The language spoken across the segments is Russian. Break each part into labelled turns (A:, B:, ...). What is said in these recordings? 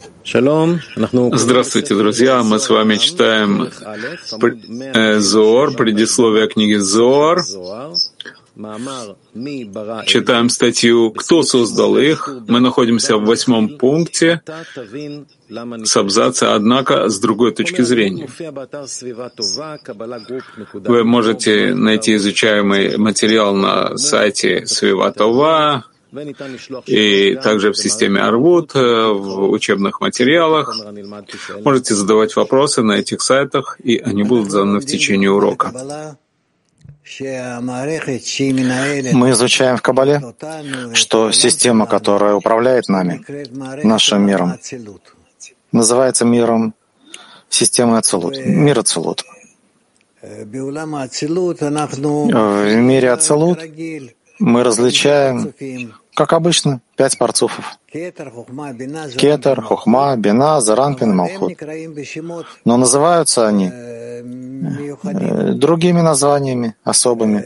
A: Здравствуйте, друзья! Мы с вами читаем Зоар, предисловие книги Зоар. Читаем статью «Кто создал их?». Мы находимся в 8 пункте с абзаца, однако с другой точки зрения. Вы можете найти изучаемый материал на сайте Свива Това и также в системе Арвуд, в учебных материалах. Можете задавать вопросы на этих сайтах, и они будут заданы в течение урока.
B: Мы изучаем в Кабале, что система, которая управляет нами, нашим миром, называется миром системы Ацилут, мир Ацилут. В мире Ацилут мы различаем, как обычно, 5 парцуфов. Кетер, Хохма, Бина, Заранпин, Малхут. Но называются они другими названиями, особыми.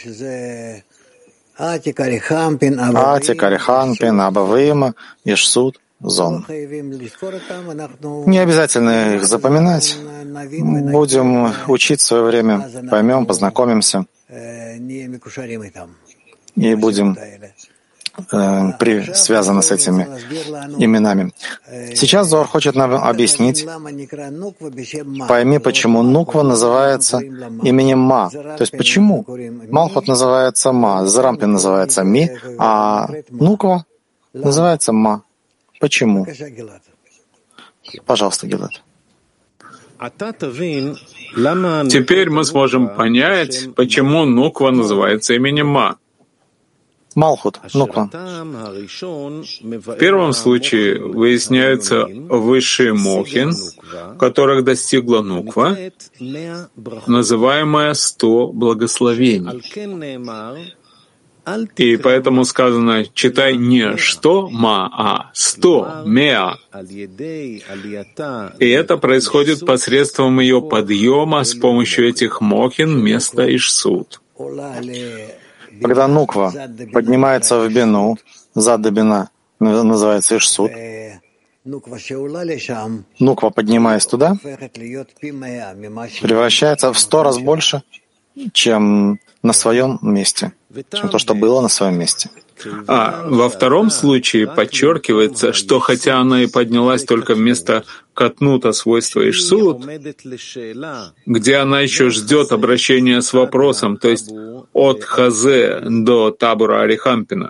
B: Атик, Ариханпин, Абавима, Ишсуд, Зон. Не обязательно их запоминать. Будем учить в свое время, поймем, познакомимся и будем связаны с этими именами. Сейчас Зоар хочет нам объяснить, пойми, почему Нуква называется именем Ма. То есть почему Малхут называется Ма, Зарампин называется Ми, а Нуква называется Ма. Почему? Пожалуйста, Гилад.
A: Теперь мы сможем понять, почему Нуква называется именем Ма.
B: Малхут, Нуква.
A: В первом случае выясняются высшие мохин, которых достигла Нуква, называемая 100 благословений. И поэтому сказано, читай не что ма, а 100 меа. И это происходит посредством ее подъема с помощью этих мохин вместо Ишсуд.
B: Когда Нуква поднимается в Бину, зад Бина называется Ишсуд, Нуква, поднимаясь туда, превращается в 100 раз больше, чем на своем месте, чем то, что было на своем месте.
A: А во втором случае подчеркивается, что хотя она и поднялась только вместо катнута свойства Ишсуд, где она еще ждет обращения с вопросом, то есть от Хазе до табура Арихампина,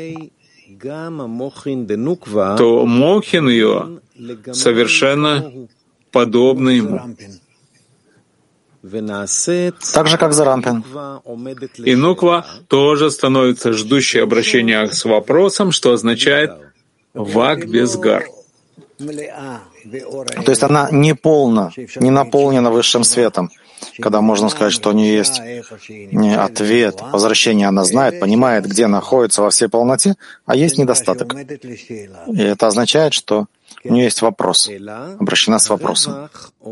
A: то мохин ее совершенно подобны ему.
B: Так же, как Зарампин.
A: И Нуква тоже становится ждущей обращения с вопросом, что означает «вак без гар».
B: То есть она не полна, не наполнена высшим светом, когда можно сказать, что у нее есть ответ, возвращение, она знает, понимает, где находится во всей полноте, а есть недостаток. И это означает, что у нее есть вопрос, обращена с вопросом.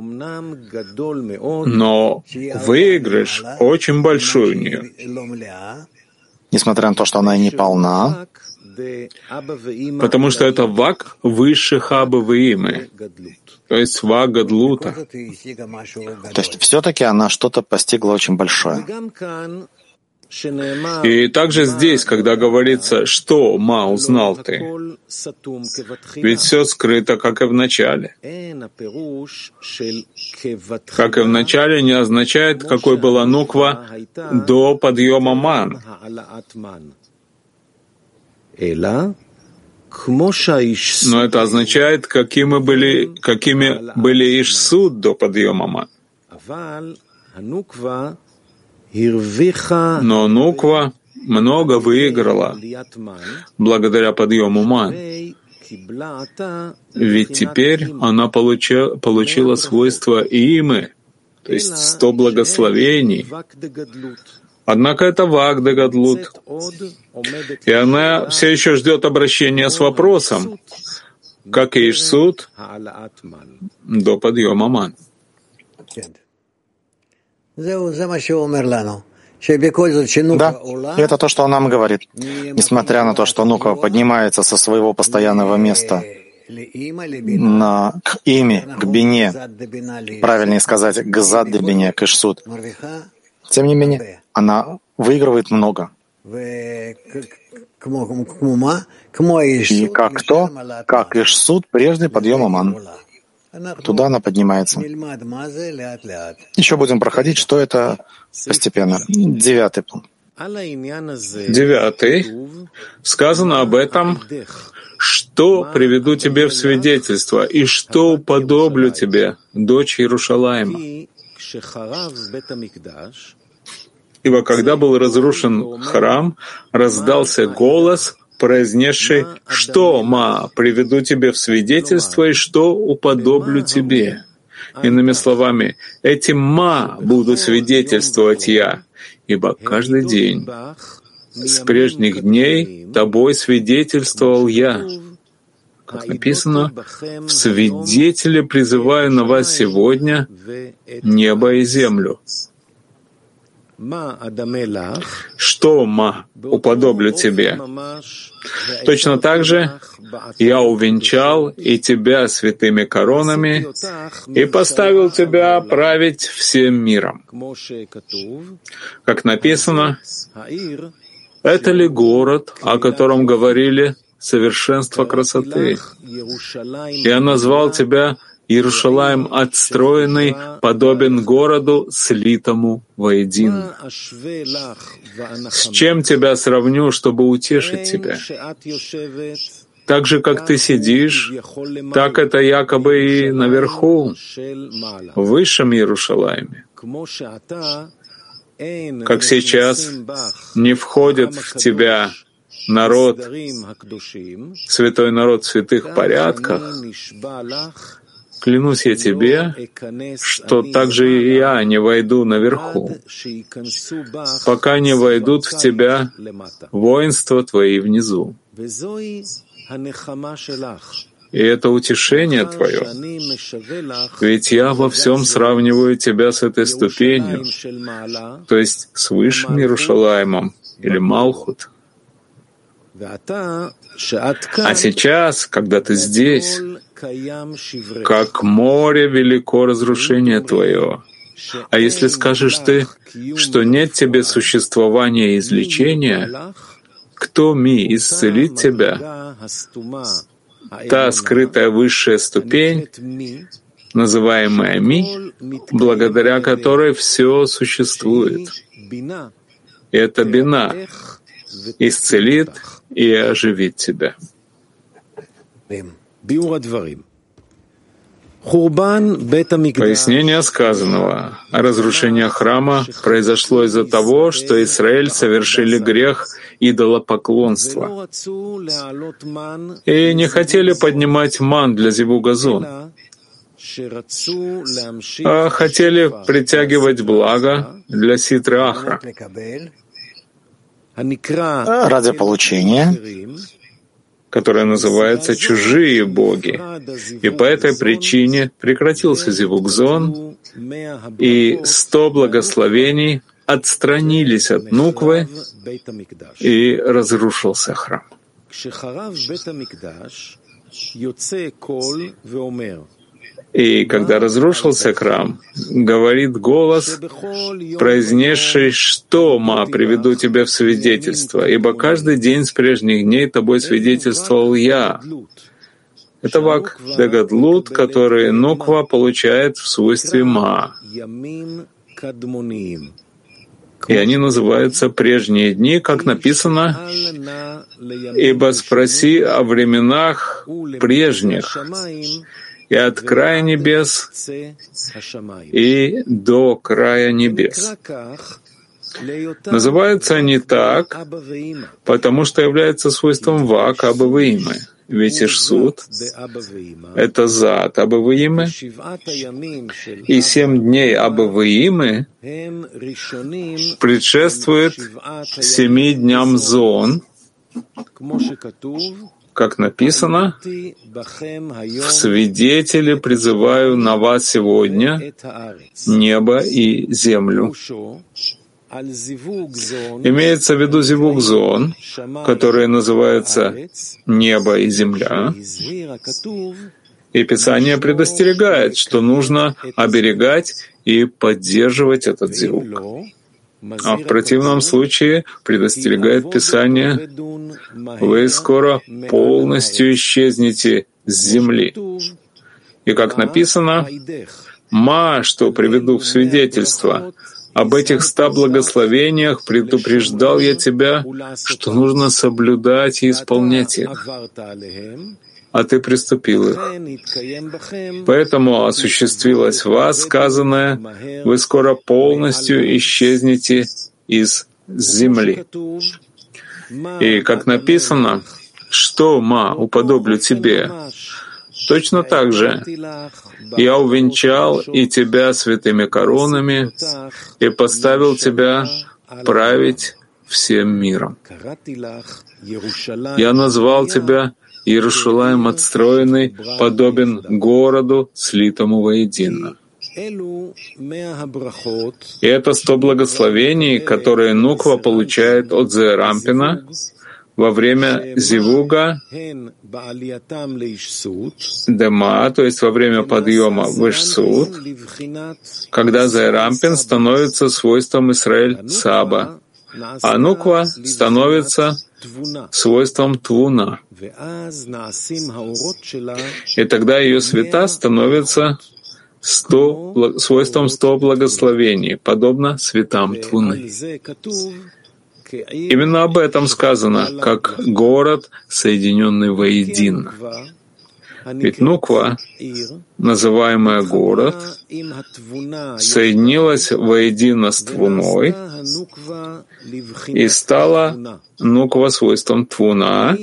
A: Но выигрыш очень большой у нее.
B: Несмотря на то, что она и не полна,
A: потому что это вак высших Абавиимы, то есть вак Гадлута.
B: То есть все-таки она что-то постигла очень большое.
A: И также здесь, когда говорится, что Ма узнал ты, ведь все скрыто, как и в начале. Как и в начале не означает, какой была Нуква до подъема Ман. Но это означает, какими были Ишсуд до подъема Ман. Но Нуква много выиграла благодаря подъему Ман. Ведь теперь она получила свойства Имы, то есть 100 благословений. Однако это вак де Гадлут. И она все еще ждет обращения с вопросом, как и Ишсуд до подъема Ман.
B: Да, это то, что он нам говорит. Несмотря на то, что Нуква поднимается со своего постоянного места к ими, к бине, правильнее сказать, к зад де бине, к ишсуд. Тем не менее, она выигрывает много. И как кто? Как ишсуд прежде подъема ман. Туда она поднимается. Еще будем проходить, что это постепенно. 9 пункт.
A: 9. Сказано об этом, что приведу тебе в свидетельство, и что уподоблю тебе, дочь Иерушалаима. Ибо когда был разрушен храм, раздался голос, произнесший, что, ма, приведу тебе в свидетельство, и что уподоблю тебе. Иными словами, этим ма буду свидетельствовать я, ибо каждый день с прежних дней тобой свидетельствовал я. Как написано, в свидетели призываю на вас сегодня небо и землю. Что, ма, уподоблю тебе? Точно так же я увенчал и тебя святыми коронами и поставил тебя править всем миром. Как написано, это ли город, о котором говорили совершенство красоты? Я назвал тебя Иерушалаим отстроенный, подобен городу, слитому воедино. С чем тебя сравню, чтобы утешить тебя? Так же, как ты сидишь, так это якобы и наверху, в высшем Иерушалайме. Как сейчас не входит в тебя народ, святой народ в святых порядках, клянусь я тебе, что также и я не войду наверху, пока не войдут в тебя воинства твои внизу. И это утешение твое. Ведь я во всем сравниваю тебя с этой ступенью, то есть с высшим Иерушалаймом или Малхут. А сейчас, когда ты здесь, как море велико разрушение твое. А если скажешь ты, что нет тебе существования и излечения, кто ми исцелит тебя? Та скрытая высшая ступень, называемая ми, благодаря которой все существует. И эта бина исцелит и оживит тебя. Пояснение сказанного о разрушении храма произошло из-за того, что Израиль совершили грех идолопоклонства и не хотели поднимать ман для зивугазон, а хотели притягивать благо для ситры ахра.
B: Ради получения,
A: которое называется «чужие боги». И по этой причине прекратился зивугзон, и 100 благословений отстранились от нуквы, и разрушился храм. И когда разрушился храм, говорит голос, произнесший, что, ма, приведу тебя в свидетельство, ибо каждый день с прежних дней тобой свидетельствовал я. Это вак дегадлут, который нуква получает в свойстве ма. И они называются прежние дни, как написано, ибо спроси о временах прежних, и от края небес, и до края небес. Называются они так, потому что являются свойством вак Абаваимы. Ведь Ишсуд — это зад Абаваимы, и 7 дней Абаваимы предшествует 7 дням Зон, как написано, «В свидетели призываю на вас сегодня небо и землю». Имеется в виду зивук-зон, который называется «небо и земля». И Писание предостерегает, что нужно оберегать и поддерживать этот зивук. А в противном случае, предостерегает Писание, вы скоро полностью исчезнете с земли. И как написано, что приведу в свидетельство, об этих 100 благословениях предупреждал я тебя, что нужно соблюдать и исполнять их. А ты приступил их. Поэтому осуществилось в вас сказанное, вы скоро полностью исчезнете из земли. И как написано, что, уподоблю тебе, точно так же я увенчал и тебя святыми коронами и поставил тебя править всем миром. Я назвал тебя Иерушалаим отстроенный, подобен городу, слитому воедино. И это 100 благословений, которые Нуква получает от Зерампина во время зивуга Дема, то есть во время подъема в Ишсут, когда Зерампин становится свойством Исраэль Саба, а Нуква становится свойством Твуна. И тогда ее света становятся свойством 100 благословений, подобно светам Твуны. Именно об этом сказано, как город, соединенный воедино. Ведь Нуква, называемая город, соединилась воедино с Твуной и стала Нуква свойством Твуна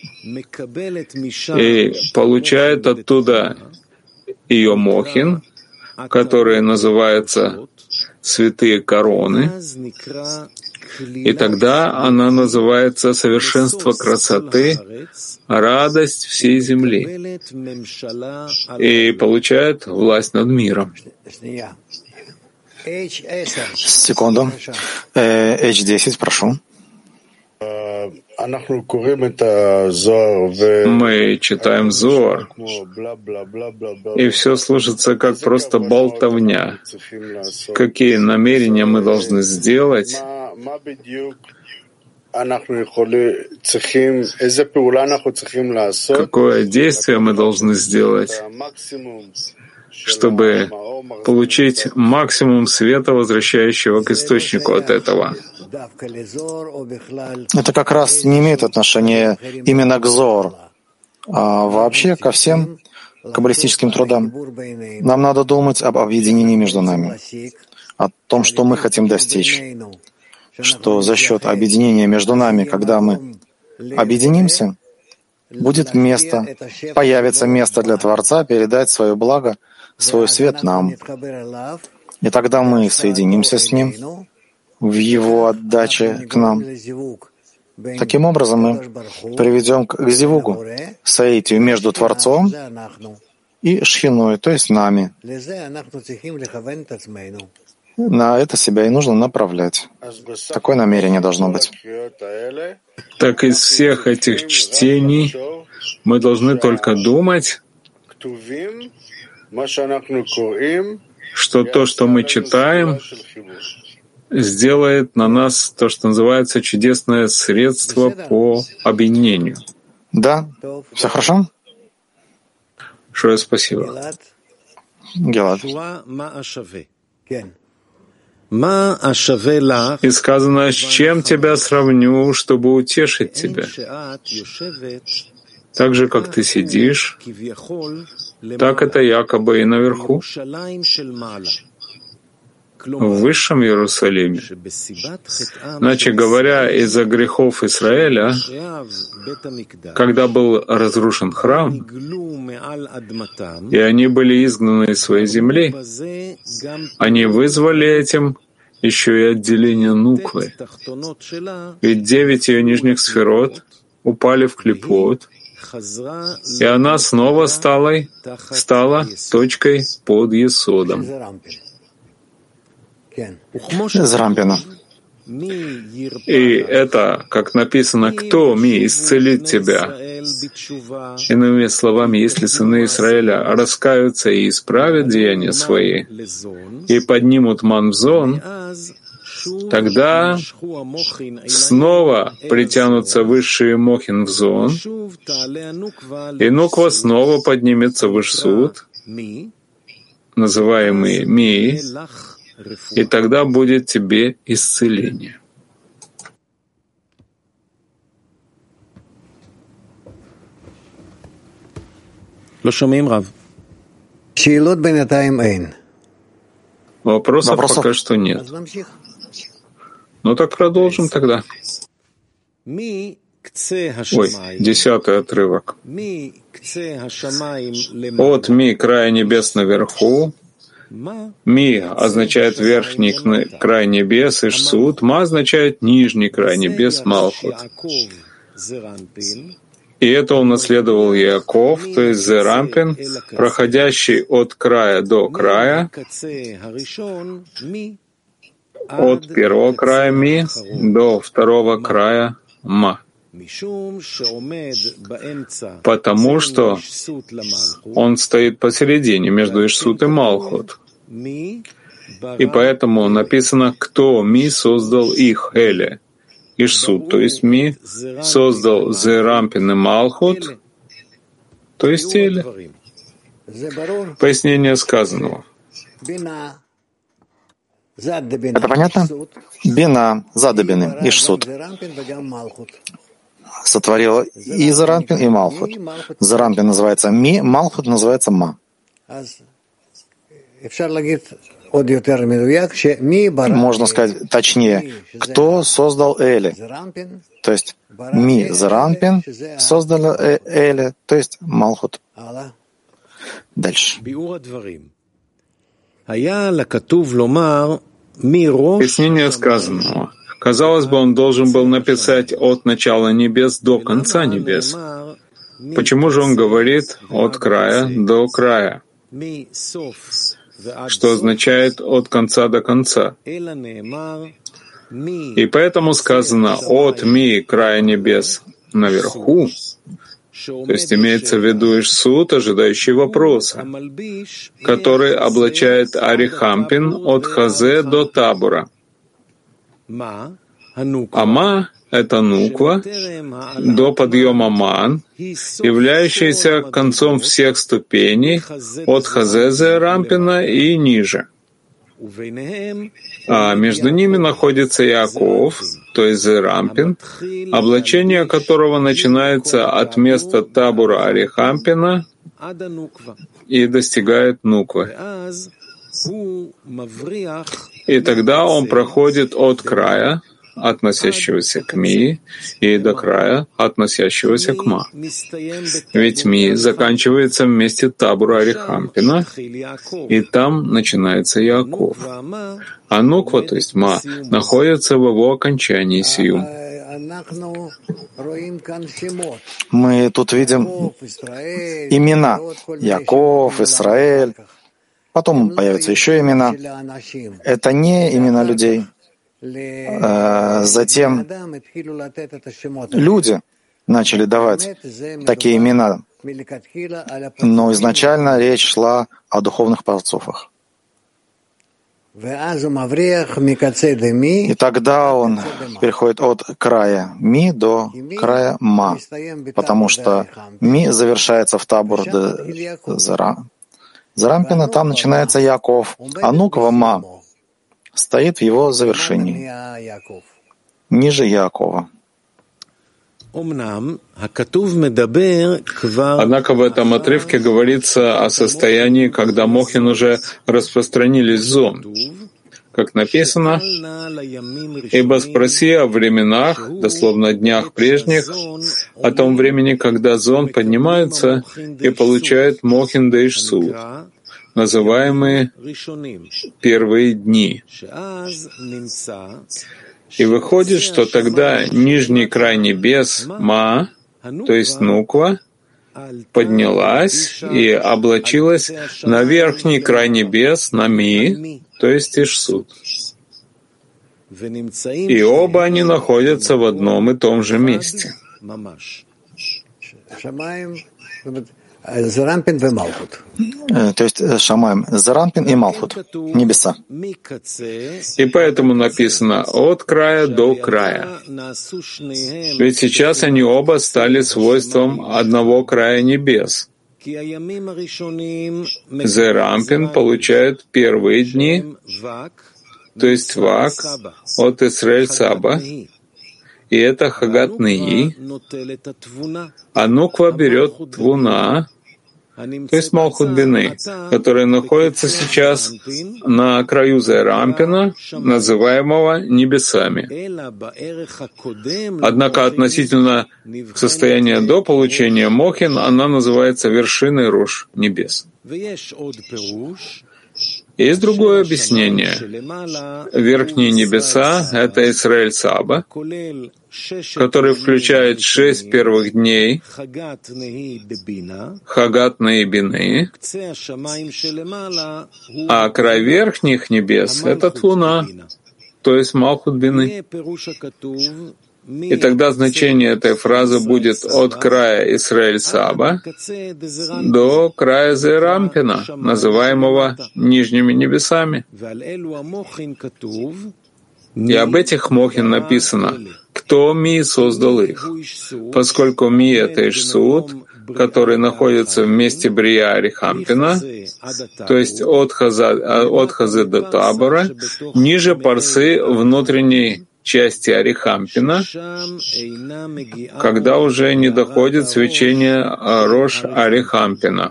A: и получает оттуда ее мохин, которые называются святые короны, и тогда она называется совершенство красоты, радость всей земли, и получает власть над миром.
B: Секунду. H10, прошу.
A: Мы читаем Зоар, и все слушается как просто болтовня. Какие намерения мы должны сделать? Какое действие мы должны сделать, чтобы получить максимум света, возвращающего к источнику от этого?
B: Это как раз не имеет отношения именно к Зоар, а вообще ко всем каббалистическим трудам. Нам надо думать об объединении между нами, о том, что мы хотим достичь, что за счет объединения между нами, когда мы объединимся, будет место, появится место для Творца передать свое благо, свой свет нам. И тогда мы соединимся с Ним в Его отдаче к нам. Таким образом, мы приведем к зивугу, соитию между Творцом и Шхиной, то есть нами. На это себя и нужно направлять. Такое намерение должно быть.
A: Так из всех этих чтений мы должны только думать, что то, что мы читаем, сделает на нас то, что называется чудесное средство по объединению.
B: Да, все хорошо?
A: Большое спасибо.
B: Гелад.
A: И сказано, с чем тебя сравню, чтобы утешить тебя? Так же, как ты сидишь, так это якобы и наверху, в Высшем Иерусалиме. Иначе говоря, из-за грехов Израиля, когда был разрушен храм, и они были изгнаны из своей земли, они вызвали этим еще и отделение Нуквы. Ведь 9 ее нижних сферот упали в клипот, и она снова стала точкой под Есодом.
B: Из Рампина.
A: И это, как написано, «Кто ми исцелит тебя?» Иными словами, если сыны Израиля раскаются и исправят деяния свои, и поднимут ман в зон, тогда снова притянутся высшие мохин в зон, и нуква снова поднимется в Ишсуд, называемый ми, и тогда будет тебе исцеление. Вопросов пока что нет. Ну так продолжим тогда. Ой, 10-й отрывок. От ми края небес наверху. Ми означает верхний край небес, Ишсуд. Ма означает нижний край небес, Малхут. И это унаследовал Яаков, то есть Зерампин, проходящий от края до края, от первого края ми до второго края ма. Потому что он стоит посередине между Ишсут и Малхут. И поэтому написано, кто ми создал их, Эле, Ишсут, то есть ми создал Зерампин и Малхут, то есть Эле. Пояснение сказанного.
B: Это понятно? Бина, задабины, Ишсут. Сотворила и Зерампин, и Малхут. Зерампин называется ми, Малхут называется ма. Можно сказать точнее, кто создал Эли, то есть ми, Зерампин, создали Эли, то есть Малхут. Дальше.
A: Пояснение сказанного. Казалось бы, он должен был написать от начала небес до конца небес. Почему же он говорит от края до края? Что означает от конца до конца? И поэтому сказано от ми края небес наверху, то есть имеется в виду Ишсут, ожидающий вопроса, который облачает Арихампин от Хазе до Табура. Ама — это нуква до подъема ман, являющаяся концом всех ступеней от Хазе Зерампина и ниже. А между ними находится Яаков, то есть Зерампин, облачение которого начинается от места Табура Арихампина и достигает нуквы. И тогда он проходит от края, относящегося к ми, и до края, относящегося к ма. Ведь ми заканчивается в месте Табура Арихампина, и там начинается Яаков. А нуква, то есть ма, находится в его окончании сию.
B: Мы тут видим имена Яаков, Исраэль, потом появятся еще имена. Это не имена людей. Затем люди начали давать такие имена, но изначально речь шла о духовных праотцах. И тогда он переходит от края ми до края ма, потому что ми завершается в Табур де Зерампина, там начинается Яаков, а нуква ма стоит в его завершении, ниже Яакова.
A: Однако в этом отрывке говорится о состоянии, когда мохин уже распространились в зон. Как написано, «Ибо спроси о временах, дословно днях прежних, о том времени, когда зон поднимается и получает мохин да Ишсут, называемые первые дни». И выходит, что тогда нижний край небес, ма, то есть нуква, поднялась и облачилась на верхний край небес, на ми, то есть Ишсут. И оба они находятся в одном и том же месте.
B: То есть Шамаим, Заранпин и Малхут, небеса.
A: И поэтому написано «от края до края». Ведь сейчас они оба стали свойством одного края небес. Зерампин получает первые дни, то есть Вак от Исраэль Саба, и это Хагат Неи, а Нуква берет Твуна, то есть Малхут Бины, который находится сейчас на краю Зерампина, называемого небесами. Однако относительно состояния до получения Мохин она называется вершиной Рош небес. Есть другое объяснение. Верхние небеса — это Исраэль Саба, который включает 6 первых дней Хагат Неи Бины, а край верхних небес — это Твуна, то есть Малхут Бины. И тогда значение этой фразы будет от края Исраэль Саба до края Зерампина, называемого нижними небесами. И об этих Мохин написано, кто Ми создал их, поскольку Ми — это Ишсут, который находится в месте Брия Арихампина, то есть от Хазы до Табора, ниже Парсы внутренней части Арихампина, когда уже не доходит свечение Рош Арихампина.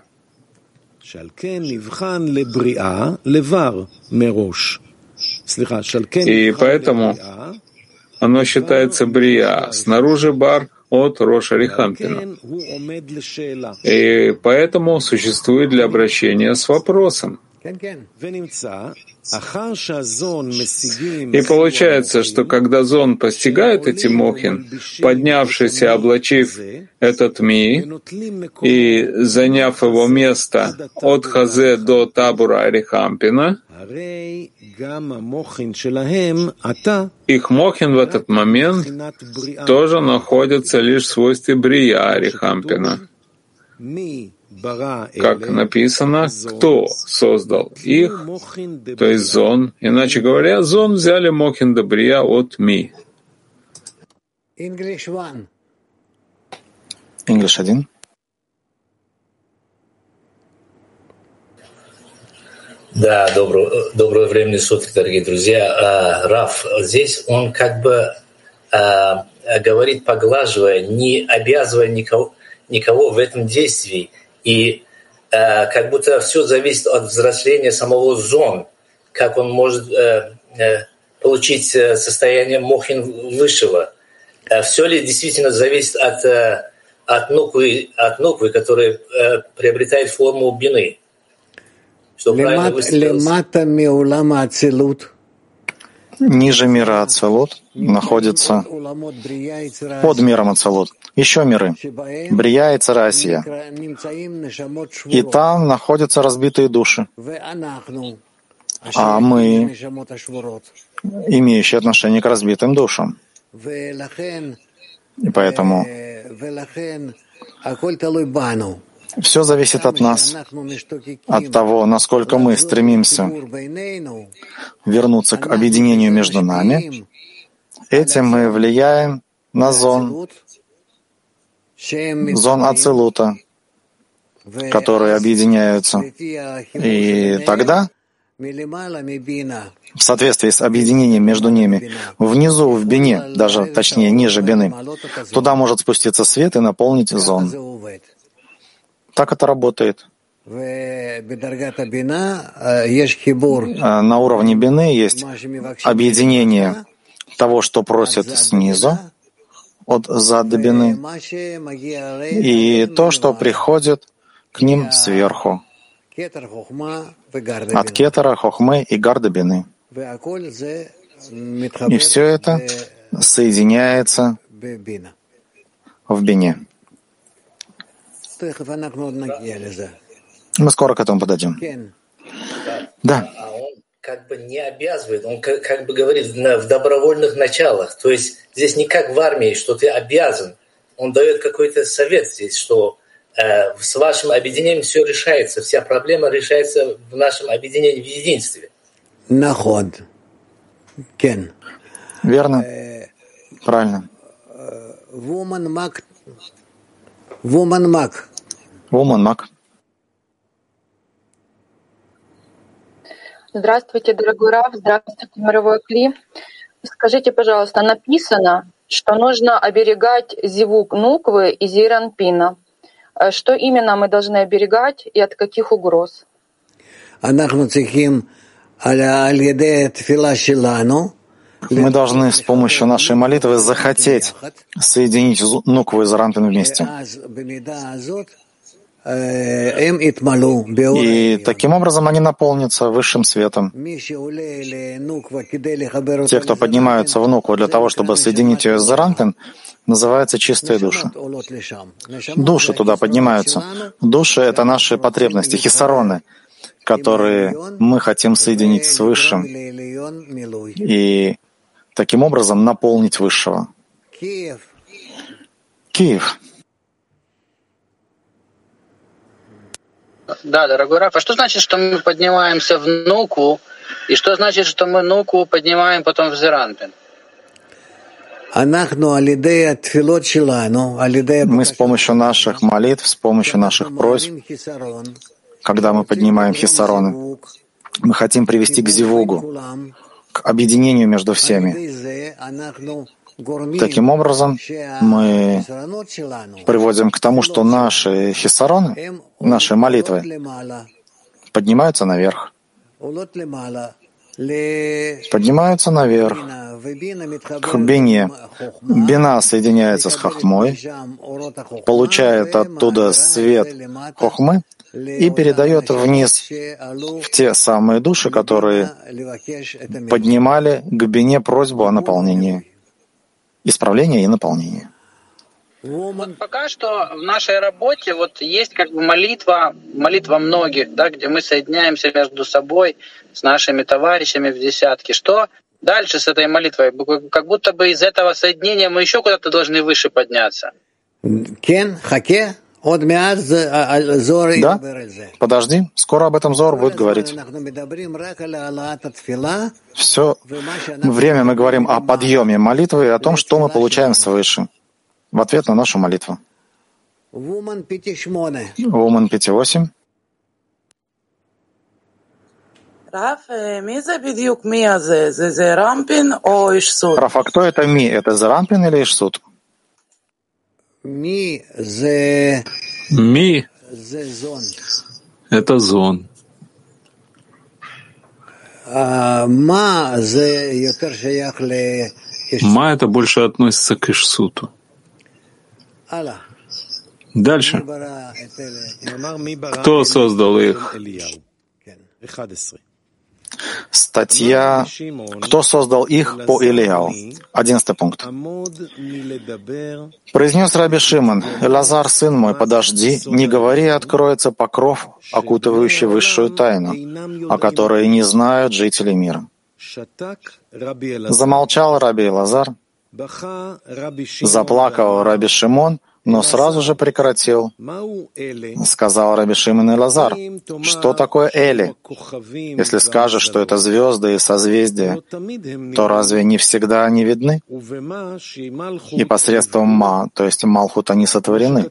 A: И поэтому оно считается Брия, снаружи Бар от Рош Арихампина. И поэтому существует для обращения с вопросом. И получается, что когда Зон постигает эти Мохин, поднявшись и облачив этот Ми, и заняв его место от Хазе до Табура Арихампина, их Мохин в этот момент тоже находятся лишь в свойстве Брия Арихампина. Как написано, кто создал их, то есть Зон. Иначе говоря, Зон взяли Мохин до Брия от Ми.
B: English 1.
C: Да, доброго времени суток, дорогие друзья. Раф, здесь он как бы говорит, поглаживая, не обязывая никого в этом действии. И как будто все зависит от взросления самого Зон, как он может получить состояние Мохин высшего. Все ли действительно зависит от нуквы, которая приобретает форму бины?
B: Ниже мира Ацелут находится под миром Ацелут еще миры — Брия и Царасия. И там находятся разбитые души. А мы, имеющие отношение к разбитым душам. И поэтому все зависит от нас, от того, насколько мы стремимся вернуться к объединению между нами. Этим мы влияем на зон Ацелута, которые объединяются. И тогда, в соответствии с объединением между ними, внизу в бине, даже точнее ниже бины, туда может спуститься свет и наполнить зон. Так это работает. На уровне бины есть объединение того, что просят снизу, от зад до бины, и то, что приходит к ним сверху, от кетера, хохмы и гарда бины. И все это соединяется в бине. Мы скоро к этому подойдем. Да.
C: как бы не обязывает, он как бы говорит в добровольных началах. То есть здесь не как в армии, что ты обязан. Он дает какой-то совет здесь, что с вашим объединением все решается, вся проблема решается в нашем объединении в единстве.
B: Верно? Правильно. Woman Mac.
D: Здравствуйте, дорогой Рав, здравствуйте, мировой Кли. Скажите, пожалуйста, написано, что нужно оберегать зивук нуквы и зейранпина. Что именно мы должны оберегать и от каких угроз?
B: Мы должны с помощью нашей молитвы захотеть соединить нукву и зейранпин вместе. И таким образом они наполнятся высшим светом. Те, кто поднимаются в нукву для того, чтобы соединить ее с зейранпин, называются чистые души. Души туда поднимаются. Души — это наши потребности, хисароны, которые мы хотим соединить с Высшим и таким образом наполнить Высшего. Киев.
E: Да, дорогой Раф, а что значит, что мы поднимаемся в нукву, и что значит, что мы нукву поднимаем потом в зейранпин?
B: Мы с помощью наших молитв, с помощью наших просьб, когда мы поднимаем хисароны, мы хотим привести к зивугу, к объединению между всеми. Таким образом, мы приводим к тому, что наши хисароны, наши молитвы поднимаются наверх. Поднимаются наверх, к бине. Бина соединяется с хохмой, получает оттуда свет хохмы и передает вниз в те самые души, которые поднимали к бине просьбу о наполнении. Исправление и наполнение.
E: Вот пока что в нашей работе вот есть как бы молитва многих, да, где мы соединяемся между собой с нашими товарищами в десятке. Что дальше с этой молитвой? Как будто бы из этого соединения мы еще куда-то должны выше подняться.
B: Да? Подожди, скоро об этом Зоар будет говорить. Все время мы говорим о подъеме молитвы и о том, что мы получаем свыше в ответ на нашу молитву. Woman 5.8.
F: Раф, а
B: кто это ми? Это зейранпин или ишсут?
A: Ми — это зон. Ма — это больше относится к ишсуту. Дальше. Кто создал их?
B: Статья «Кто создал их» по Илияу. 11 пункт. Произнес Раби Шимон: «Элазар, сын мой, подожди, не говори, откроется покров, окутывающий высшую тайну, о которой не знают жители мира». Замолчал Раби Элазар, заплакал Раби Шимон, но сразу же прекратил. Сказал Раби Шимон Элазар: «Что такое Эли? Если скажешь, что это звезды и созвездия, то разве не всегда они видны? И посредством Ма, то есть Малхут, они сотворены».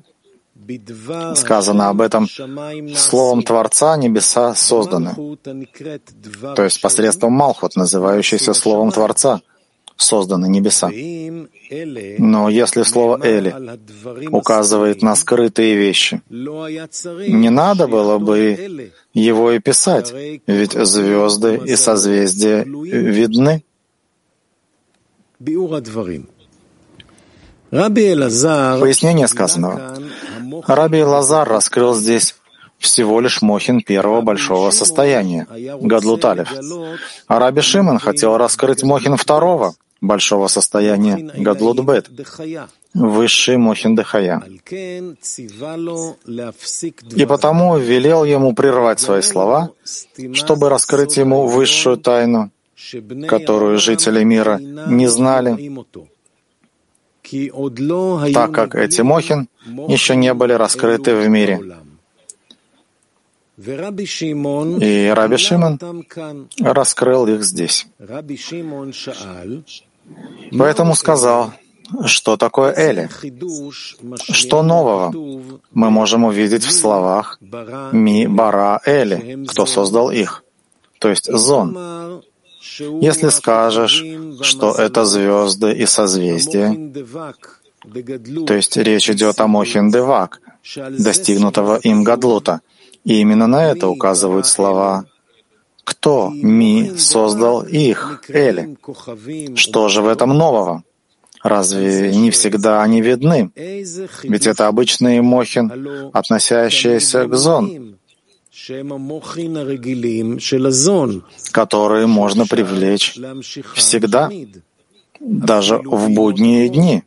B: Сказано об этом: словом Творца небеса созданы. То есть посредством Малхут, называющийся словом Творца, созданы небеса. Но если слово «Эли» указывает на скрытые вещи, не надо было бы его и писать, ведь звезды и созвездия видны. Пояснение сказанного. Раби Элазар раскрыл здесь всего лишь мохин первого большого состояния, Гадлут Алеф. А Раби Шимон хотел раскрыть мохин второго большого состояния, Гадлут Бет. высший Мохин Дехая. И потому велел ему прервать свои слова, чтобы раскрыть ему высшую тайну, которую жители мира не знали, так как эти Мохин еще не были раскрыты в мире. И Раби Шимон раскрыл их здесь. Поэтому сказал, что такое Эли, что нового мы можем увидеть в словах «Ми бара Эли», кто создал их, то есть Зон. Если скажешь, что это звезды и созвездия, то есть речь идет о Мохин Девак, достигнутого им Гадлута, и именно на это указывают слова «Кто Ми создал их, Эли?» Что же в этом нового? Разве не всегда они видны? Ведь это обычные Мохин, относящиеся к Зон, которые можно привлечь всегда, даже в будние дни.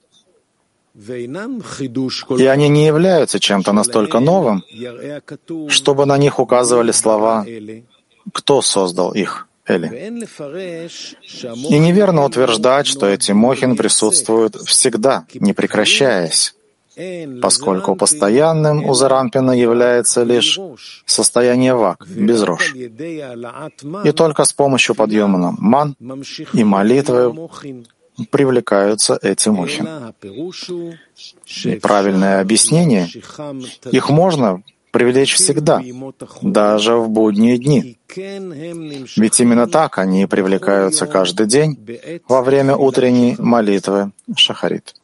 B: И они не являются чем-то настолько новым, чтобы на них указывали слова «Кто создал их, Эли?». И неверно утверждать, что эти Мохин присутствуют всегда, не прекращаясь, поскольку постоянным у Зарампина является лишь состояние вак, без рош. И только с помощью подъема ман и молитвы привлекаются эти Мохин. И правильное объяснение — их можно привлечь всегда, даже в будние дни. Ведь именно так они привлекаются каждый день во время утренней молитвы Шахарит.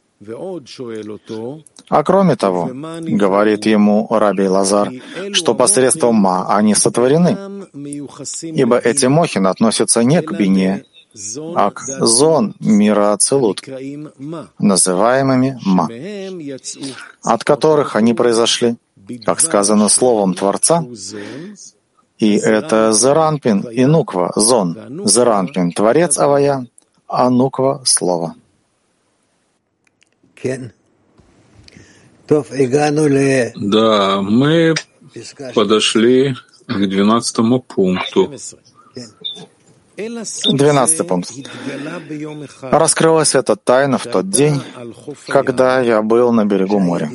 B: А кроме того, говорит ему Раби Лазар, что посредством Ма они сотворены, ибо эти Мохин относятся не к Бине, а к Зон мира Ацилут, называемыми Ма, от которых они произошли, как сказано словом Творца, и это Зеранпин и Нуква, Зон, Зеранпин — Творец Авая, а Нуква — Слово.
A: Да, мы подошли к 12 пункту.
B: 12 пункт. Раскрылась эта тайна в тот день, когда я был на берегу моря.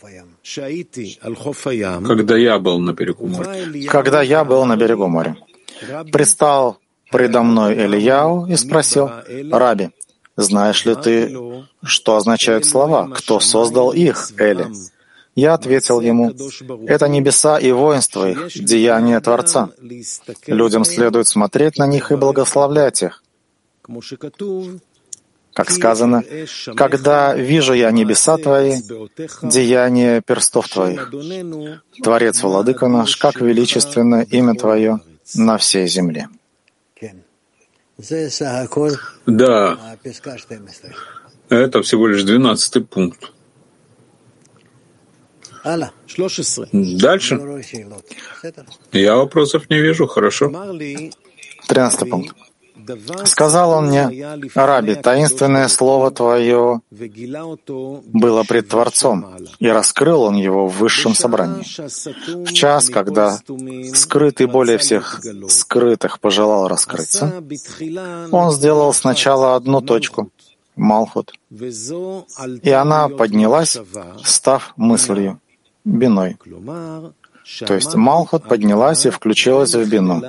A: Когда я был на берегу моря.
B: Когда я был на берегу моря. Предстал предо мной Элияу и спросил: «Раби, знаешь ли ты, что означают слова? Кто создал их, Эли?» Я ответил ему: «Это небеса и воинство их, деяния Творца. Людям следует смотреть на них и благословлять их. Как сказано: когда вижу я небеса Твои, деяния перстов Твоих. Творец, Владыка наш, как величественно имя Твое на всей земле».
A: Да, это всего лишь 12 пункт. Дальше. Я вопросов не вижу, хорошо.
B: 13 пункт. Сказал он мне: «Раби, таинственное слово Твое было пред Творцом, и раскрыл он его в высшем собрании. В час, когда скрытый более всех скрытых пожелал раскрыться, он сделал сначала одну точку, Малхут, и она поднялась, став мыслью, биной. То есть Малхут поднялась и включилась в бину.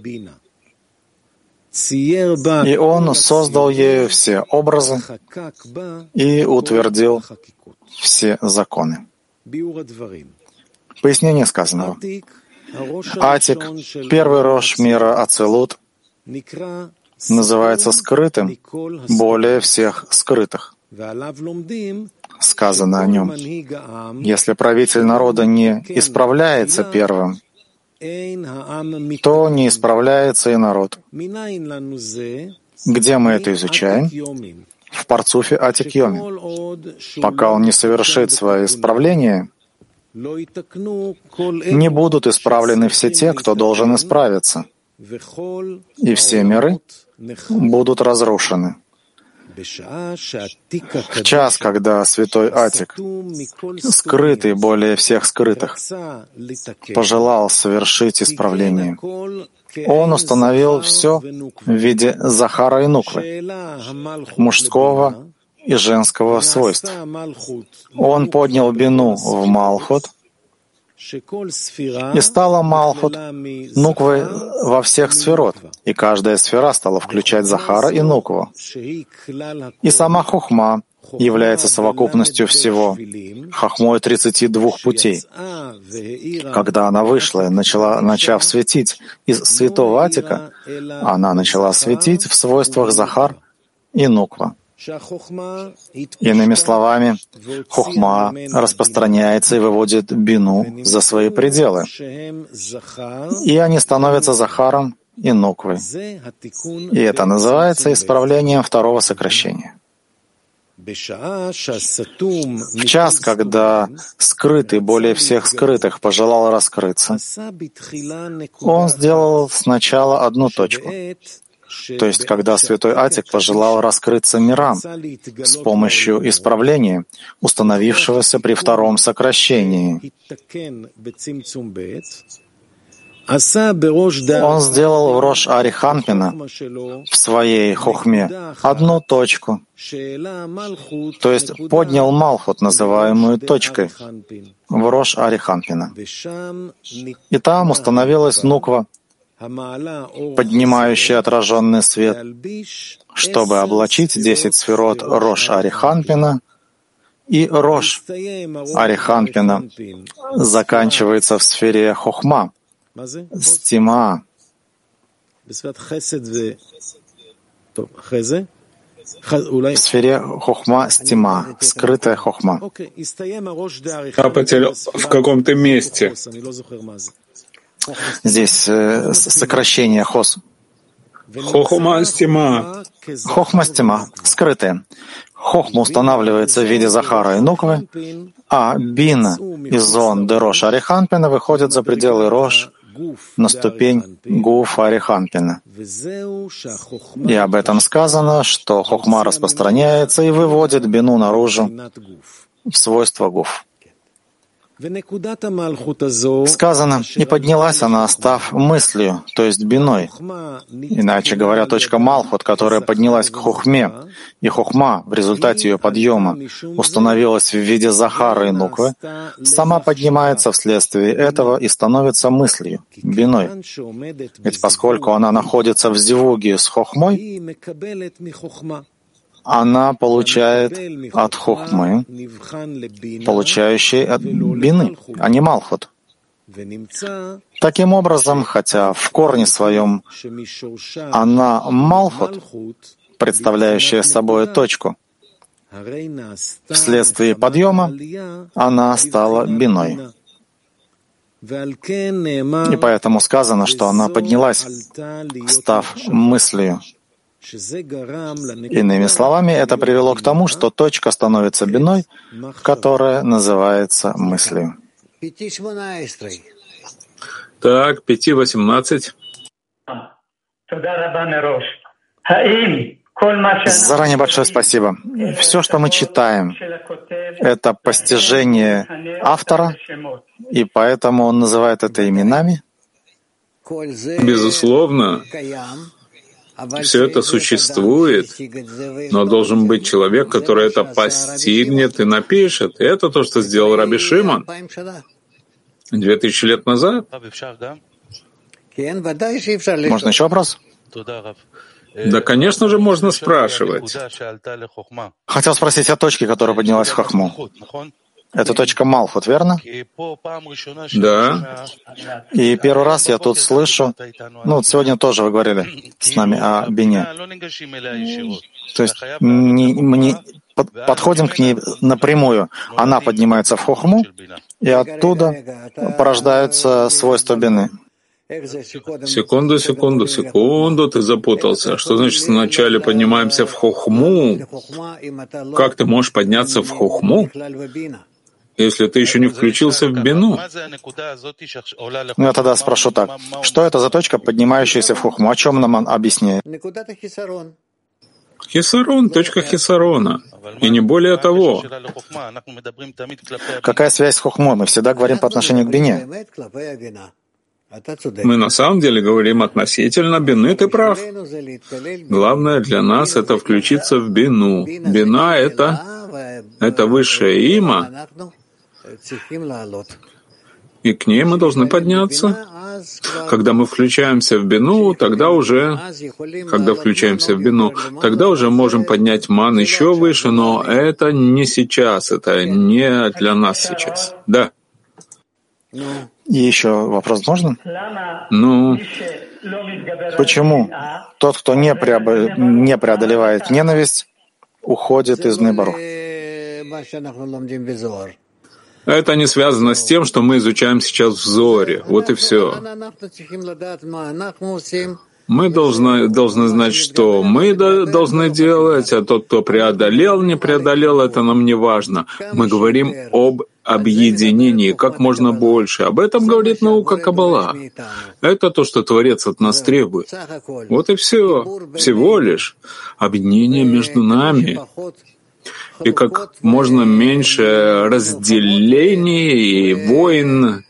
B: И он создал ею все образы и утвердил все законы». Пояснение сказанного. Атик, первый рош мира Ацилут, называется скрытым более всех скрытых. Сказано о нем: если правитель народа не исправляется первым, то не исправляется и народ. Где мы это изучаем? В Парцуфе Атик Йоми. Пока он не совершит свое исправление, не будут исправлены все те, кто должен исправиться, и все миры будут разрушены. В час, когда святой Атик, скрытый более всех скрытых, пожелал совершить исправление, он установил все в виде Захара и Нуквы, мужского и женского свойств. Он поднял бину в Малхут, и стала Малхут Нуквой во всех сферот, и каждая сфера стала включать Захара и Нукву. И сама Хохма является совокупностью всего, Хохмой 32 путей. Когда она вышла, начав светить из святого Атика, она начала светить в свойствах Захар и Нуква. Иными словами, Хохма распространяется и выводит бину за свои пределы, и они становятся Захаром и Нуквой. И это называется исправлением второго сокращения. В час, когда скрытый более всех скрытых пожелал раскрыться, он сделал сначала одну точку. То есть, когда святой Атик пожелал раскрыться мирам с помощью исправления, установившегося при втором сокращении, он сделал в Рош Ариханпина в своей хохме одну точку, то есть поднял Малхут, называемую точкой, в Рош Ариханпина. И там установилась Нуква, поднимающий отраженный свет, чтобы облачить 10 сферот Рош Ариханпина, и Рош Ариханпина заканчивается в сфере Хохма, стима. В сфере Хохма стима, скрытая Хохма.
A: А потерял в каком-то месте.
B: Здесь сокращение хос.
A: Хохма стима.
B: Хохма стима, скрытые. Хохма устанавливается в виде Захара и Нуквы, а бина из зон де Рош Ариханпина выходит за пределы Рош на ступень Гуф Ариханпина. И об этом сказано, что Хохма распространяется и выводит бину наружу в свойства Гуф. Сказано, и поднялась она, став мыслью, то есть биной. Иначе говоря, точка Малхут, которая поднялась к Хохме, и Хохма в результате ее подъема установилась в виде Захара и Нуквы, сама поднимается вследствие этого и становится мыслью, биной. Ведь поскольку она находится в зивуге с Хохмой, она получает от Хохмы, получающей от бины, а не Малхут. Таким образом, хотя в корне своем она Малхут, представляющая собой точку, вследствие подъема она стала биной. И поэтому сказано, что она поднялась, став мыслью. Иными словами, это привело к тому, что точка становится биной, которая называется мыслью.
A: Так, 5:18.
B: Заранее большое спасибо. Все, что мы читаем, это постижение автора, и поэтому он называет это именами.
A: Безусловно, все это существует, но должен быть человек, который это постигнет и напишет. И это то, что сделал Раби Шимон 2000 лет назад.
B: Можно еще вопрос?
A: Да, конечно же, можно спрашивать.
B: Хотел спросить о точке, которая поднялась в Хохму. Это точка Малхут, верно?
A: Да.
B: И первый раз я тут слышу, вот сегодня тоже вы говорили с нами о бине. То есть мы подходим к ней напрямую. Она поднимается в Хохму, и оттуда порождаются свойства бины.
A: Секунду, ты запутался. Что значит вначале поднимаемся в Хохму? Как ты можешь подняться в Хохму, если ты еще не включился в бину?
B: Ну, я тогда спрошу так. Что это за точка, поднимающаяся в Хохму? О чем нам он объясняет?
A: Хисарон — точка хисарона, и не более того.
B: Какая связь с хохмой? Мы всегда говорим по отношению к бине.
A: Мы на самом деле говорим относительно бины, ты прав. Главное для нас — это включиться в бину. Бина — это высшее има, и к ней мы должны подняться. Когда мы включаемся в бину, тогда уже можем поднять ман еще выше, но это не сейчас, это не для нас сейчас. Да.
B: И еще вопрос можно?
A: Ну,
B: почему тот, кто не преодолевает ненависть, уходит из Бней-Барух?
A: это не связано с тем, что мы изучаем сейчас в Зоре. Вот и все. Мы должны знать, что мы должны делать, а тот, кто преодолел, не преодолел, это нам не важно. Мы говорим об объединении как можно больше. Об этом говорит наука Каббала. Это то, что Творец от нас требует. Вот и все. Всего лишь объединение между нами. И как можно меньше разделений и войн,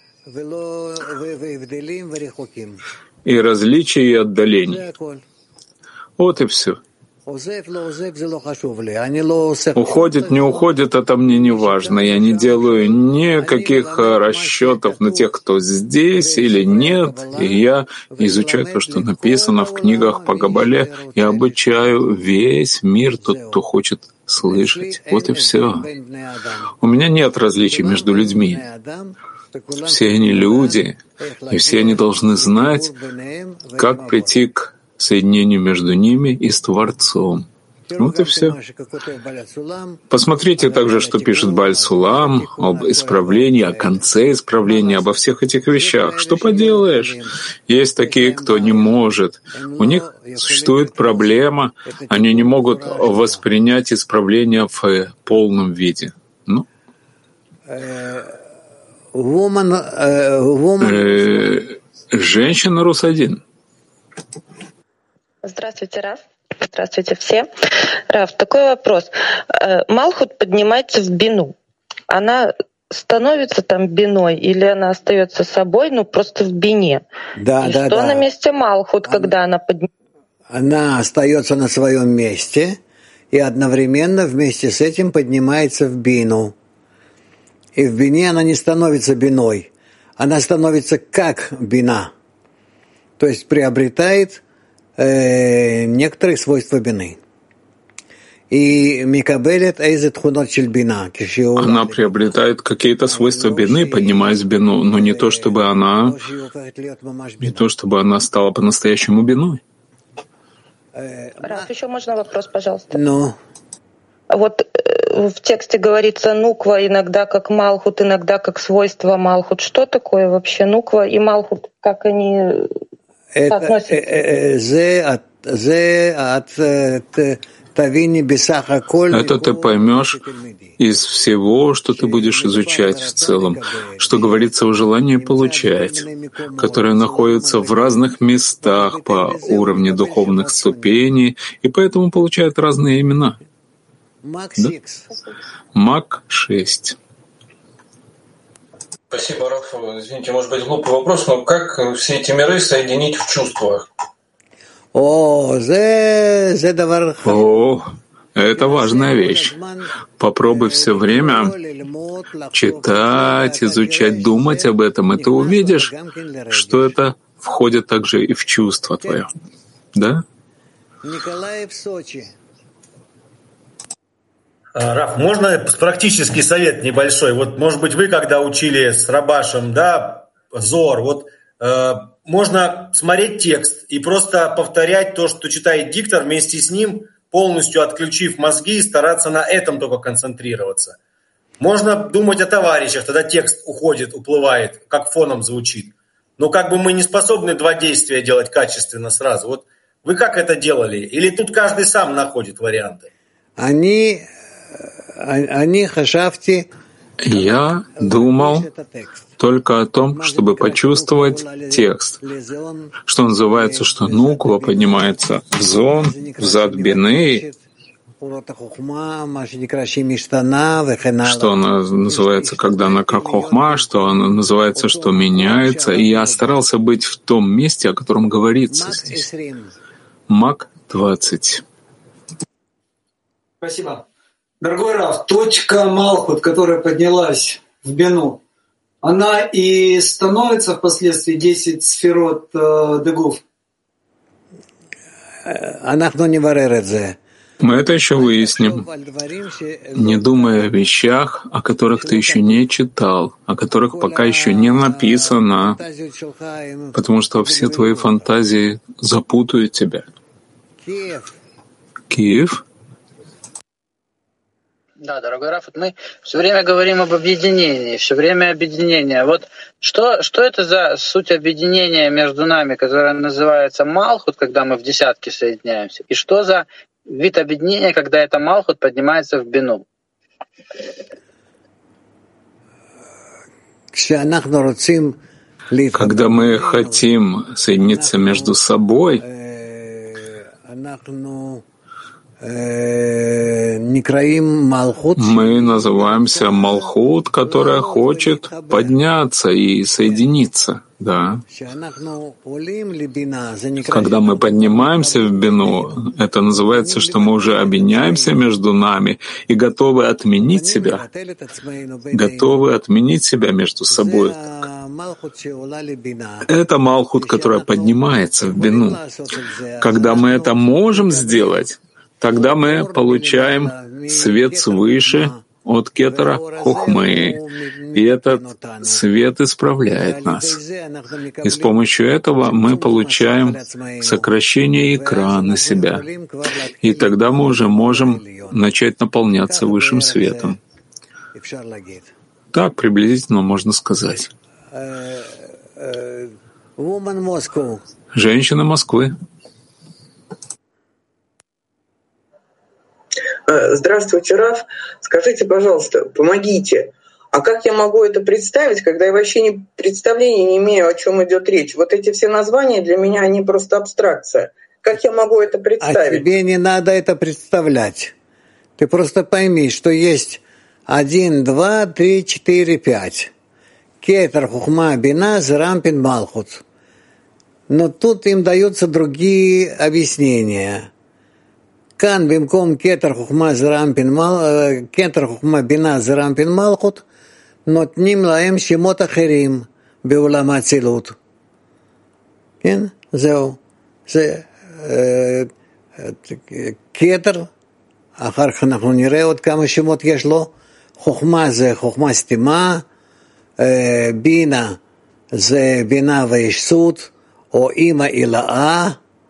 A: и различий, и отдалений. Вот и все. Уходит, не уходит, это мне не важно. Я не делаю никаких расчетов на тех, кто здесь или нет. И я изучаю то, что написано в книгах по Каббале, и обучаю весь мир, тот, кто хочет слышать. Вот и все. У меня нет различий между людьми. Все они люди, и все они должны знать, как прийти к соединению между ними и с Творцом. Вот и все. Посмотрите также, что пишет Бааль Сулам об исправлении, о конце исправления, обо всех этих вещах. Что поделаешь? Есть такие, кто не может. У них существует проблема, они не могут воспринять исправление в полном виде. Ну. Женщина Рус-1.
G: Здравствуйте, Раф. Здравствуйте все. Раф, такой вопрос. Малхут поднимается в бину. Она становится там биной или она остается собой, ну просто в бине?
H: Да,
G: и что на месте Малхут, когда она поднимается?
H: Она остается на своем месте и одновременно вместе с этим поднимается в бину. И в бине она не становится биной. Она становится как бина. То есть приобретает некоторые свойства бины. И микабелет эйзет хунот шель бина.
A: Она приобретает какие-то свойства бины, поднимаясь в бину, но не то, чтобы она стала по-настоящему биной.
G: Раф, еще можно вопрос, пожалуйста?
H: Ну.
G: Вот в тексте говорится нуква иногда как малхут, иногда как свойство малхут. Что такое вообще нуква и малхут? Как они относятся?
A: Это ты поймешь из всего, что ты будешь изучать в целом, что говорится о желании получать, которое находится в разных местах по уровню духовных ступеней, и поэтому получают разные имена. Да? Мак 6.
I: Спасибо, Раф. Извините, может быть, глупый вопрос, но как все эти миры соединить в чувствах?
A: Это важная вещь. Попробуй все время читать, изучать, думать об этом, и ты увидишь, что это входит также и в чувство твое. Да?
J: Раф, можно практический совет небольшой? Вот, может быть, вы, когда учили с Рабашем, да, Зор, вот можно смотреть текст и просто повторять то, что читает диктор, вместе с ним, полностью отключив мозги и стараться на этом только концентрироваться. Можно думать о товарищах, тогда текст уходит, уплывает, как фоном звучит. Но как бы мы не способны два действия делать качественно сразу. Вот вы как это делали? Или тут каждый сам находит варианты?
A: Я думал только о том, чтобы почувствовать текст, что называется, что нуква поднимается в зон, в зад бины, что она называется, когда она как хохма, что она называется, что меняется. И я старался быть в том месте, о котором говорится здесь. Мак 20.
K: Спасибо. Дорогой Рав, точка Малхут, которая поднялась в Бину, она и становится впоследствии 10 сферот Дегуф?
A: Мы это еще выясним, не думая о вещах, о которых ты еще не читал, о которых пока еще не написано, потому что все твои фантазии запутают тебя. Киев?
E: Да, дорогой Раф, мы все время говорим об объединении, все время объединение. Вот что это за суть объединения между нами, которое называется Малхут, когда мы в десятке соединяемся, и что за вид объединения, когда это Малхут поднимается в Бину?
A: Когда мы хотим соединиться между собой, мы называемся Малхут, которая хочет подняться и соединиться. Да. Когда мы поднимаемся в Бину, это называется, что мы уже объединяемся между нами и готовы отменить себя между собой. Это Малхут, которая поднимается в Бину. Когда мы это можем сделать, тогда мы получаем свет свыше от кетера хохмы, и этот свет исправляет нас. И с помощью этого мы получаем сокращение экрана себя, и тогда мы уже можем начать наполняться высшим светом. Так приблизительно можно сказать. Женщина Москвы.
L: Здравствуйте, Раф. Скажите, пожалуйста, помогите. А как я могу это представить, когда я вообще представления не имею, о чем идет речь? Вот эти все названия для меня, они просто абстракция. Как я могу это представить?
H: А тебе не надо это представлять. Ты просто пойми, что есть 1, 2, 3, 4, 5. Кетер, хухма, бина, зерампин, малхут. Но тут им даются другие объяснения. כאן במקום כתר חוכמה בינה זרמפין מלכות נותנים להם שמות אחרים בעולם האצילות. כן? זהו. זה כתר, אחר כך אנחנו נראה עוד כמה שמות יש לו. חוכמה זה חוכמה סתימה, בינה זה בינה וישסות, או אימא אילאה,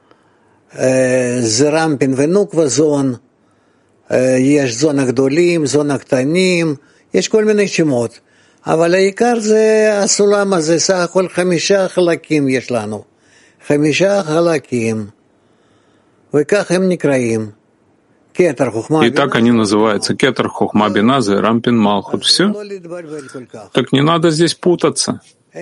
H: זרמפין ונוקווה זון, יש זון הגדולים, זון הקטנים, יש כל מיני שמות. אבל העיקר זה הסולם הזה, סך הכל 5 חלקים יש לנו. 5 חלקים. וכך הם נקראים. кетер, хухма,
A: и так они называются. Кетер, хохма, бина, зерампин, малхут. Все? Так не надо здесь путаться.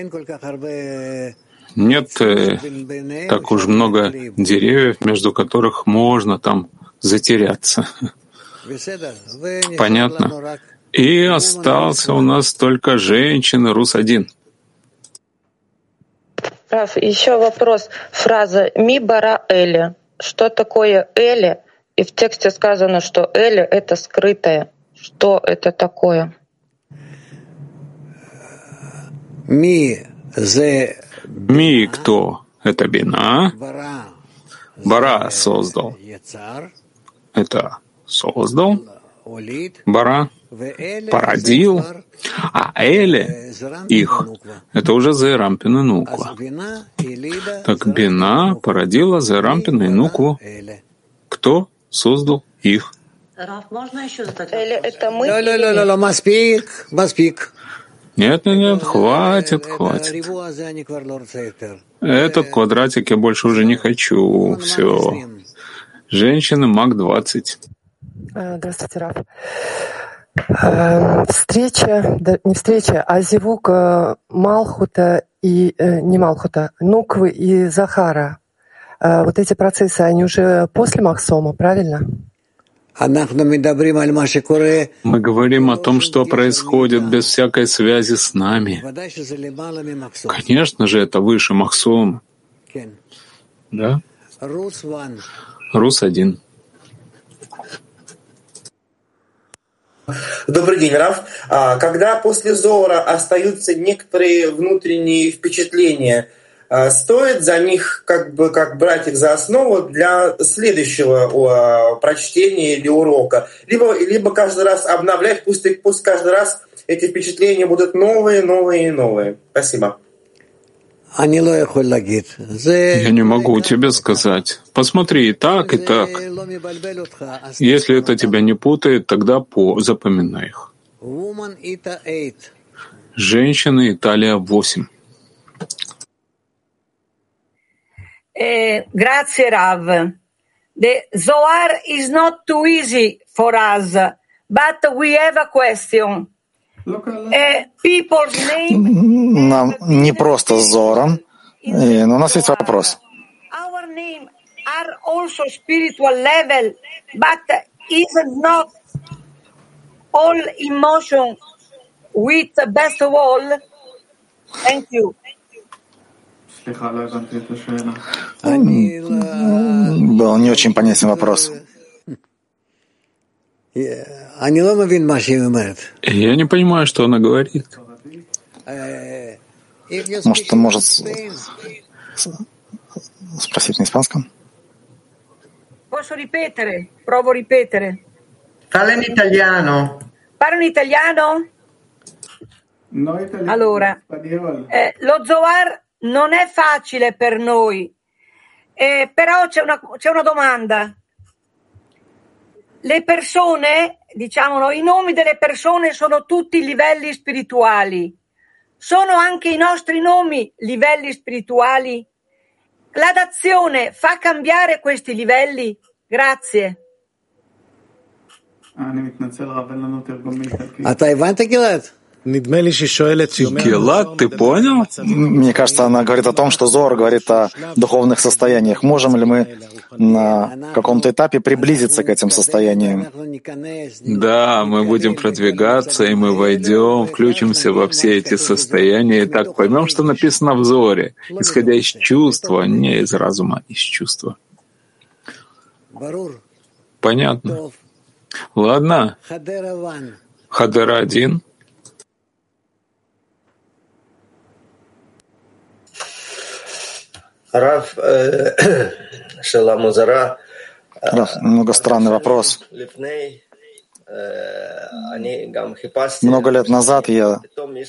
A: Нет так уж много деревьев, между которых можно там затеряться. Понятно? И остался у нас только женщина Рус-1.
G: Раф, еще вопрос. Фраза «ми бара эли». Что такое эли? И в тексте сказано, что эли — это скрытое. Что это такое?
H: Ми
A: кто? Это бина. Бара создал. Это создал. Бара породил. А Эли их — это уже Зерампин и Нуква. Так бина породила Зерампин и Нукву. Кто создал их?
G: Раф, можно еще задать? Эли — это мы?
H: Маспик.
A: Нет, хватит. Этот квадратик я больше уже не хочу. Все. Женщина Мак 20.
M: Здравствуйте, Раф. Не встреча, а зевук Малхута и не Малхута, Нуквы и Захара. Вот эти процессы, они уже после Махсома, правильно?
A: Мы говорим о том, что происходит без всякой связи с нами. Конечно же, это выше Махсума. Да? Рус-1.
N: Добрый день, Рав. Когда после Зоара остаются некоторые внутренние впечатления, стоит за них как брать их за основу для следующего прочтения или урока? Либо каждый раз обновлять, пусть каждый раз эти впечатления будут новые, новые и новые. Спасибо.
A: Я не могу тебе сказать. Посмотри и так, и так. Если это тебя не путает, тогда запоминай их. Женщины, Италия, 8.
O: Grazie, Rav. The Zohar is not too easy for us, but we have a question.
B: Нам не просто с Зором, но у нас есть вопрос.
O: Our name are also spiritual level, but is not all emotion with the best of all? Thank you.
B: Был не очень понятен вопрос.
A: Я не понимаю, что она говорит.
B: Может, он может спросить на испанском?
O: Posso ripetere? Provo a ripetere.
L: Parla in italiano.
O: Parlo in italiano?
L: No, italiano.
O: Allora, lo Zohar non è facile per noi, però c'è una domanda. Le persone, diciamo, i nomi delle persone sono tutti livelli spirituali. Sono anche i nostri nomi livelli spirituali? La dazione fa cambiare questi livelli? Grazie.
A: Гилад, ты понял?
B: Мне кажется, она говорит о том, что Зоар говорит о духовных состояниях. Можем ли мы на каком-то этапе приблизиться к этим состояниям?
A: Да, мы будем продвигаться, и мы войдем, включимся во все эти состояния, и так поймем, что написано в Зоре, исходя из чувства, не из разума, из чувства. Понятно. Ладно. Хадера 1.
P: Рав, Шаламузара.
B: Много странный вопрос. Много лет назад я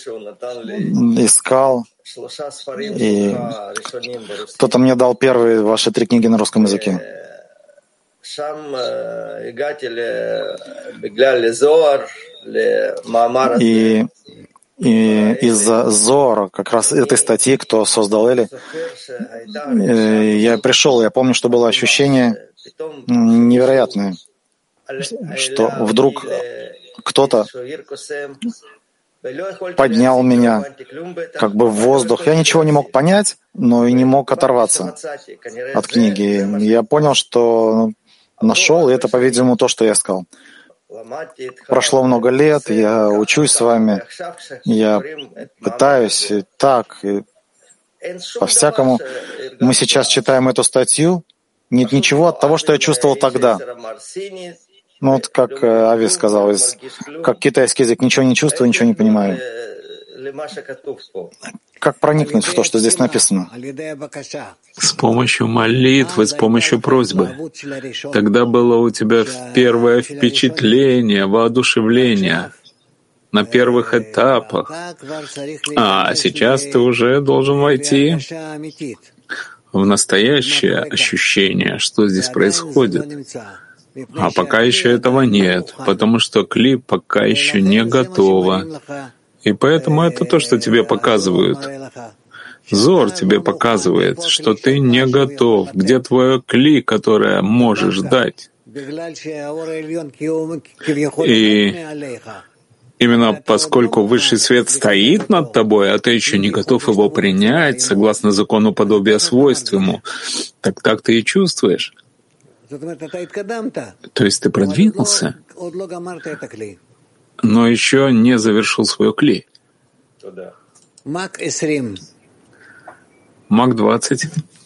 B: искал, и кто-то мне дал первые ваши 3 книги на русском языке. И из-за Зоара, как раз этой статьи, кто создал Эли, я пришел, я помню, что было ощущение невероятное, что вдруг кто-то поднял меня как бы в воздух. Я ничего не мог понять, но и не мог оторваться от книги. Я понял, что нашел, и это, по-видимому, то, что я искал. Прошло много лет, я учусь с вами, я пытаюсь и так, и по-всякому. Мы сейчас читаем эту статью, нет ничего от того, что я чувствовал тогда. Ну вот как Ави сказал, как китайский язык, ничего не чувствую, ничего не понимаю. Как проникнуть в то, что здесь написано?
A: С помощью молитвы, с помощью просьбы. Тогда было у тебя первое впечатление, воодушевление на первых этапах. А сейчас ты уже должен войти в настоящее ощущение, что здесь происходит. А пока еще этого нет, потому что клип пока еще не готова. И поэтому это то, что тебе показывают. Зор тебе показывает, что ты не готов, где твое кли, которое можешь дать. И именно поскольку высший свет стоит над тобой, а ты еще не готов его принять, согласно закону подобия свойств ему, так ты и чувствуешь. То есть ты продвинулся, но еще не завершил свое кли. Мак 20.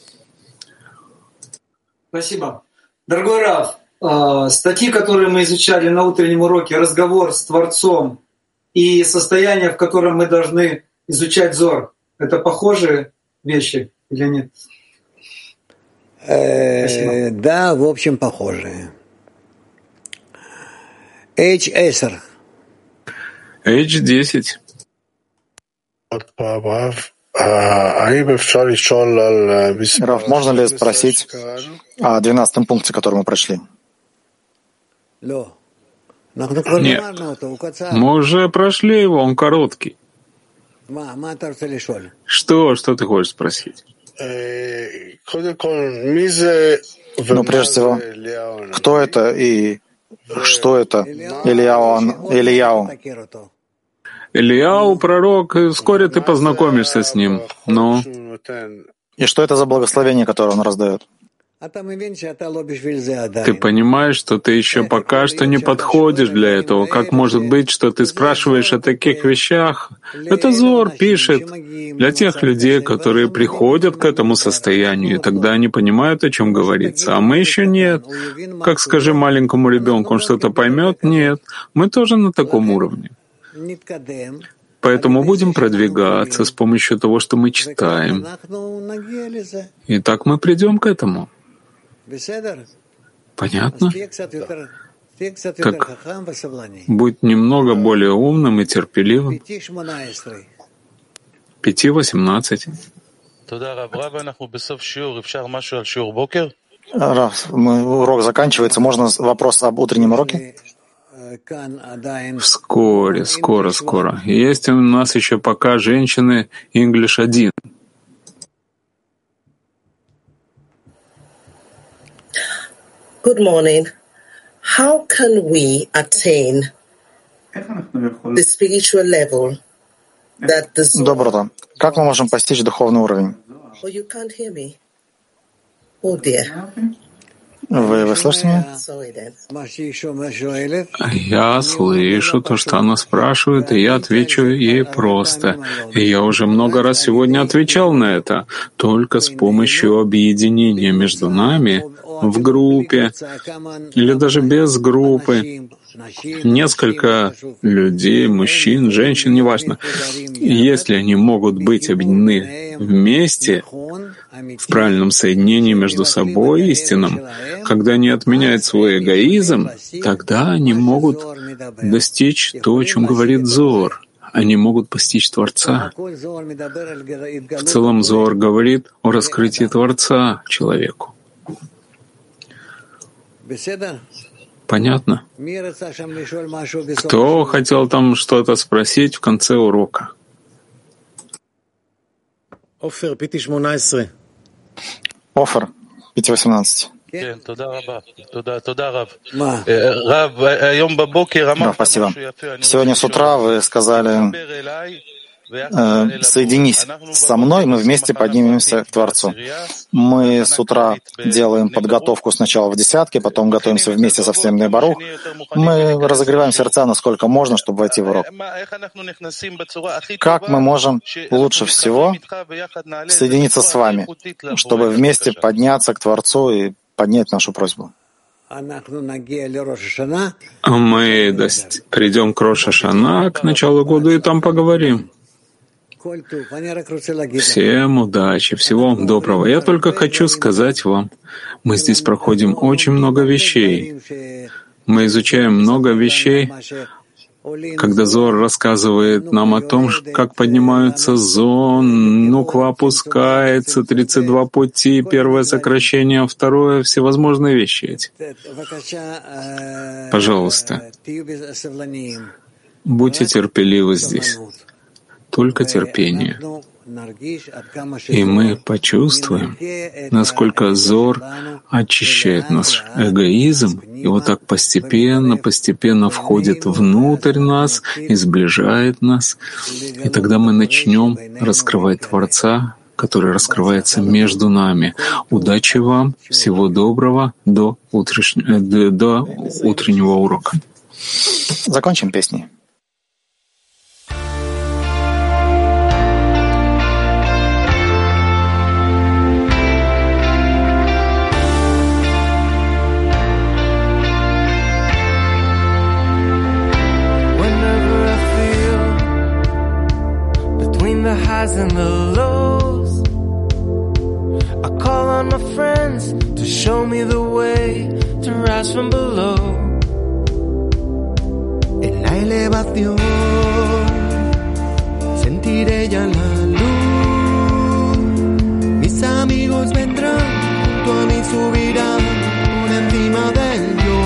K: Спасибо. Дорогой Рав, статьи, которые мы изучали на утреннем уроке, разговор с Творцом и состояние, в котором мы должны изучать Зор, это похожие вещи или нет?
H: Да, в общем, похожие. H10.
A: H10.
B: Раф, можно ли спросить о 12-м пункте, который мы прошли?
A: Нет. Мы уже прошли его, он короткий. Что ты хочешь спросить?
B: Ну, прежде всего, кто это и что это Ильяу?
A: Ильяу, пророк, и вскоре ты познакомишься с ним. Но...
B: И что это за благословение, которое он раздает?
A: Ты понимаешь, что ты еще пока что не подходишь для этого. Как может быть, что ты спрашиваешь о таких вещах? Это Зор пишет для тех людей, которые приходят к этому состоянию, и тогда они понимают, о чем говорится. А мы еще нет. Как скажи маленькому ребенку, он что-то поймет? Нет. Мы тоже на таком уровне. Поэтому будем продвигаться с помощью того, что мы читаем. И так мы придем к этому. Понятно? Как будь немного более умным и терпеливым. 5:18.
B: Раф, урок заканчивается. Можно вопрос об утреннем уроке?
A: Вскоре, скоро. Есть у нас еще пока женщины English 1.
P: Good morning. How can we attain the spiritual level that the Zohar...
B: Доброе утро. Как мы можем постичь духовный уровень?
P: Oh, you can't hear me. Oh dear.
B: Вы слышите меня?
A: Я слышу то, что она спрашивает, и я отвечу ей просто. И я уже много раз сегодня отвечал на это. Только с помощью объединения между нами в группе или даже без группы. Несколько людей, мужчин, женщин, неважно. Если они могут быть объединены вместе в правильном соединении между собой истинным, когда они отменяют свой эгоизм, тогда они могут достичь то, о чем говорит Зор. Они могут постичь Творца. В целом Зор говорит о раскрытии Творца человеку. Понятно? Кто хотел там что-то спросить в конце урока?
B: Офер, 5:18. Да, спасибо. Сегодня с утра вы сказали: соединись со мной, мы вместе поднимемся к Творцу. Мы с утра делаем подготовку сначала в десятке, потом готовимся вместе со всем Нейбарух. Мы разогреваем сердца насколько можно, чтобы войти в урок. Как мы можем лучше всего соединиться с вами, чтобы вместе подняться к Творцу и поднять нашу просьбу?
A: Мы придем к Рош ха-Шана, к началу года, и там поговорим. Всем удачи, всего вам доброго. Я только хочу сказать вам, мы здесь проходим очень много вещей. Мы изучаем много вещей, когда Зор рассказывает нам о том, как поднимаются зон, нуква опускается, 32 пути, первое сокращение, второе, всевозможные вещи эти. Пожалуйста, будьте терпеливы здесь. Только терпение. И мы почувствуем, насколько Зор очищает наш эгоизм, и вот так постепенно входит внутрь нас и сближает нас. И тогда мы начнем раскрывать Творца который раскрывается между нами. Удачи вам, всего доброго, до утреннего урока.
B: Закончим песней.
Q: The highs and the lows, I call on my friends to show me the way to rise from below. En la elevación sentiré ya la luz. Mis amigos vendrán, junto a mí subirán por encima del yo.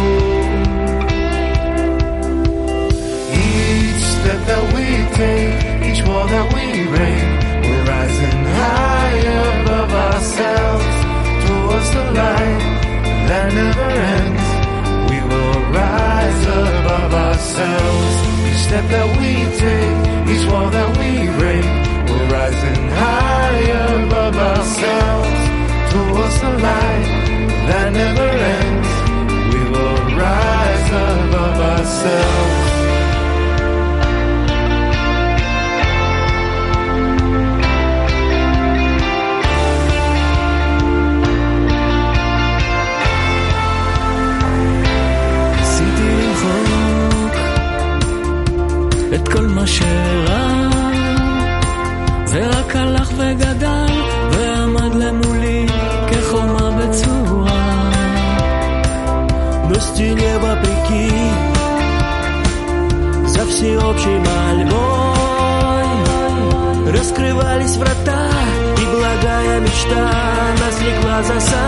Q: Each step that we take, each wall that we break, we're rising higher above ourselves, towards the light that never ends. We will rise above ourselves. Each step that we take, each wall that we break, we're rising higher above ourselves, towards the light that never ends. We will rise above ourselves.
R: את כל מה שרע זה רק הלך וגדל ועמד למולי כחומה בצורה. Но стене вопреки за всеобщей мольбой раскрывались врата, и благая мечта нас влекла за собой.